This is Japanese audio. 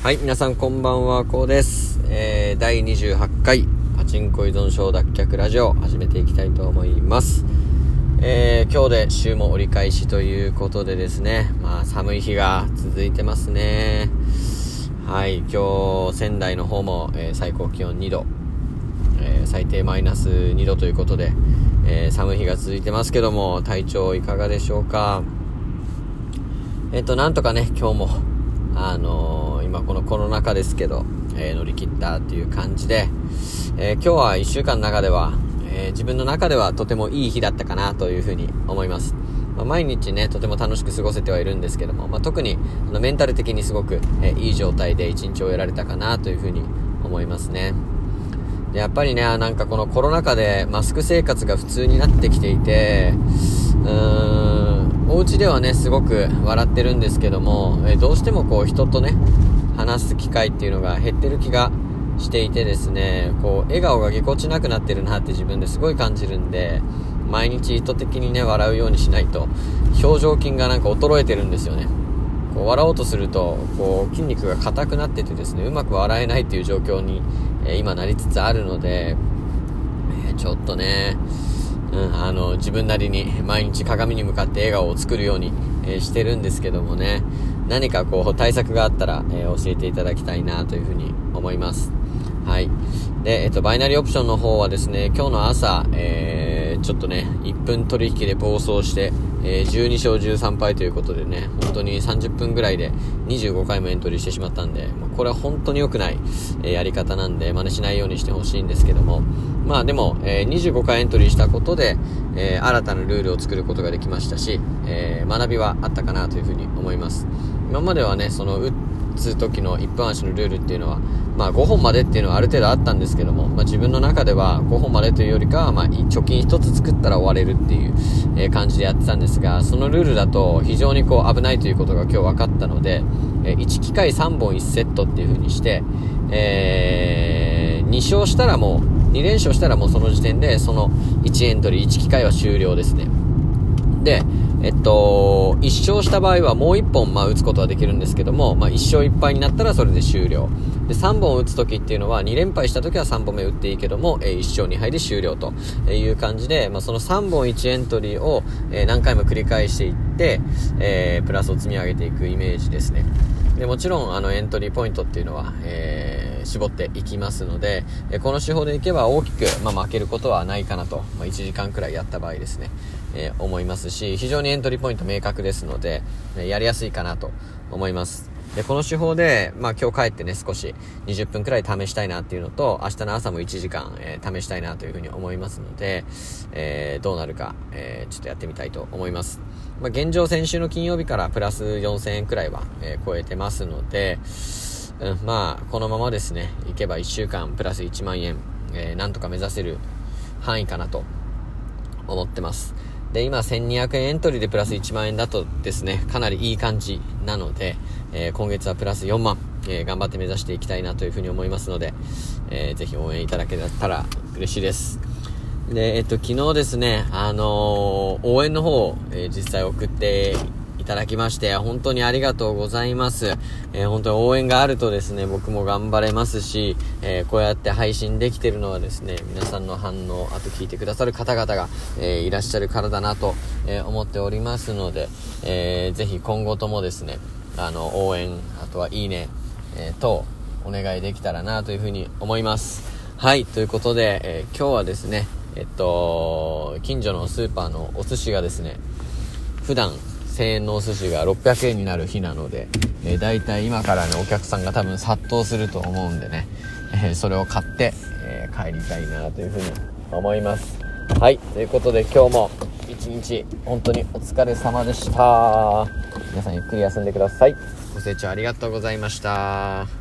はい、皆さんこんばんは、こうです。第28回パチンコ依存症脱却ラジオ始めていきたいと思います。今日で週も折り返しということでですね、寒い日が続いてますね。はい、今日仙台の方も、最高気温2度、最低マイナス2度ということで、寒い日が続いてますけども、体調いかがでしょうか。なんとかね、今日も今このコロナ禍ですけど、乗り切ったっていう感じで、今日は1週間の中では、自分の中ではとてもいい日だったかなというふうに思います。毎日ね、とても楽しく過ごせてはいるんですけども、特にメンタル的にすごく、いい状態で一日を終えられたかなというふうに思いますね。でやっぱりね、なんかこのコロナ禍でマスク生活が普通になってきていて、お家ではねすごく笑ってるんですけども、どうしてもこう人とね話す機会っていうのが減ってる気がしていてですね、こう笑顔がぎこちなくなってるなって自分ですごい感じるんで、毎日意図的にね笑うようにしないと表情筋がなんか衰えてるんですよね。こう笑おうとするとこう筋肉が硬くなっててですね、うまく笑えないっていう状況に、今なりつつあるので、ちょっとね自分なりに毎日鏡に向かって笑顔を作るように、してるんですけどもね、何かこう対策があったら、教えていただきたいなというふうに思います。はい。で、バイナリーオプションの方はですね、今日の朝、ちょっとね1分取引で暴走して、12勝13敗ということでね、本当に30分ぐらいで25回もエントリーしてしまったんで、これは本当に良くない、やり方なんで真似しないようにしてほしいんですけども、でも、25回エントリーしたことで、新たなルールを作ることができましたし、学びはあったかなというふうに思います。今まではね、その打つ時の一分足のルールっていうのは、5本までっていうのはある程度あったんですけども、自分の中では5本までというよりかは、貯金1つ作ったら終われるっていう、感じでやってたんですが、そのルールだと非常にこう危ないということが今日分かったので、1機会3本1セットっていう風にして、2勝したらもう2連勝したらもうその時点でその1エントリー1機会は終了ですね。で1勝した場合はもう1本打つことはできるんですけども、1勝1敗になったらそれで終了で、3本打つ時っていうのは2連敗した時は3本目打っていいけども、1勝2敗で終了という感じで、その3本1エントリーを何回も繰り返していって、プラスを積み上げていくイメージですね。でもちろんエントリーポイントっていうのは、絞っていきますので、この手法でいけば大きく、負けることはないかなと、1時間くらいやった場合ですね、思いますし、非常にエントリーポイント明確ですので、やりやすいかなと思います。でこの手法で、今日帰ってね少し20分くらい試したいなっていうのと、明日の朝も1時間、試したいなというふうに思いますので、どうなるか、ちょっとやってみたいと思います。現状先週の金曜日からプラス4000円くらいは、超えてますので、このままですねいけば1週間プラス1万円、なんとか目指せる範囲かなと思ってます。で今1200円エントリーでプラス1万円だとですね、かなりいい感じなので、今月はプラス4万、頑張って目指していきたいなというふうに思いますので、ぜひ応援いただけたら嬉しいです。で昨日ですね応援の方を、実際送っていただきまして本当にありがとうございます。本当に応援があるとですね僕も頑張れますし、こうやって配信できてるのはですね皆さんの反応、あと聞いてくださる方々が、いらっしゃるからだなと、思っておりますので、ぜひ今後ともですね応援、あとはいいね、等お願いできたらなというふうに思います。はい、ということで、今日はですね近所のスーパーのお寿司がですね普段1000円のお寿司が600円になる日なので、だいたい今からねお客さんが多分殺到すると思うんでね、それを買って、帰りたいなというふうに思います。はい、ということで今日も一日本当にお疲れ様でした。皆さんゆっくり休んでください。ご清聴ありがとうございました。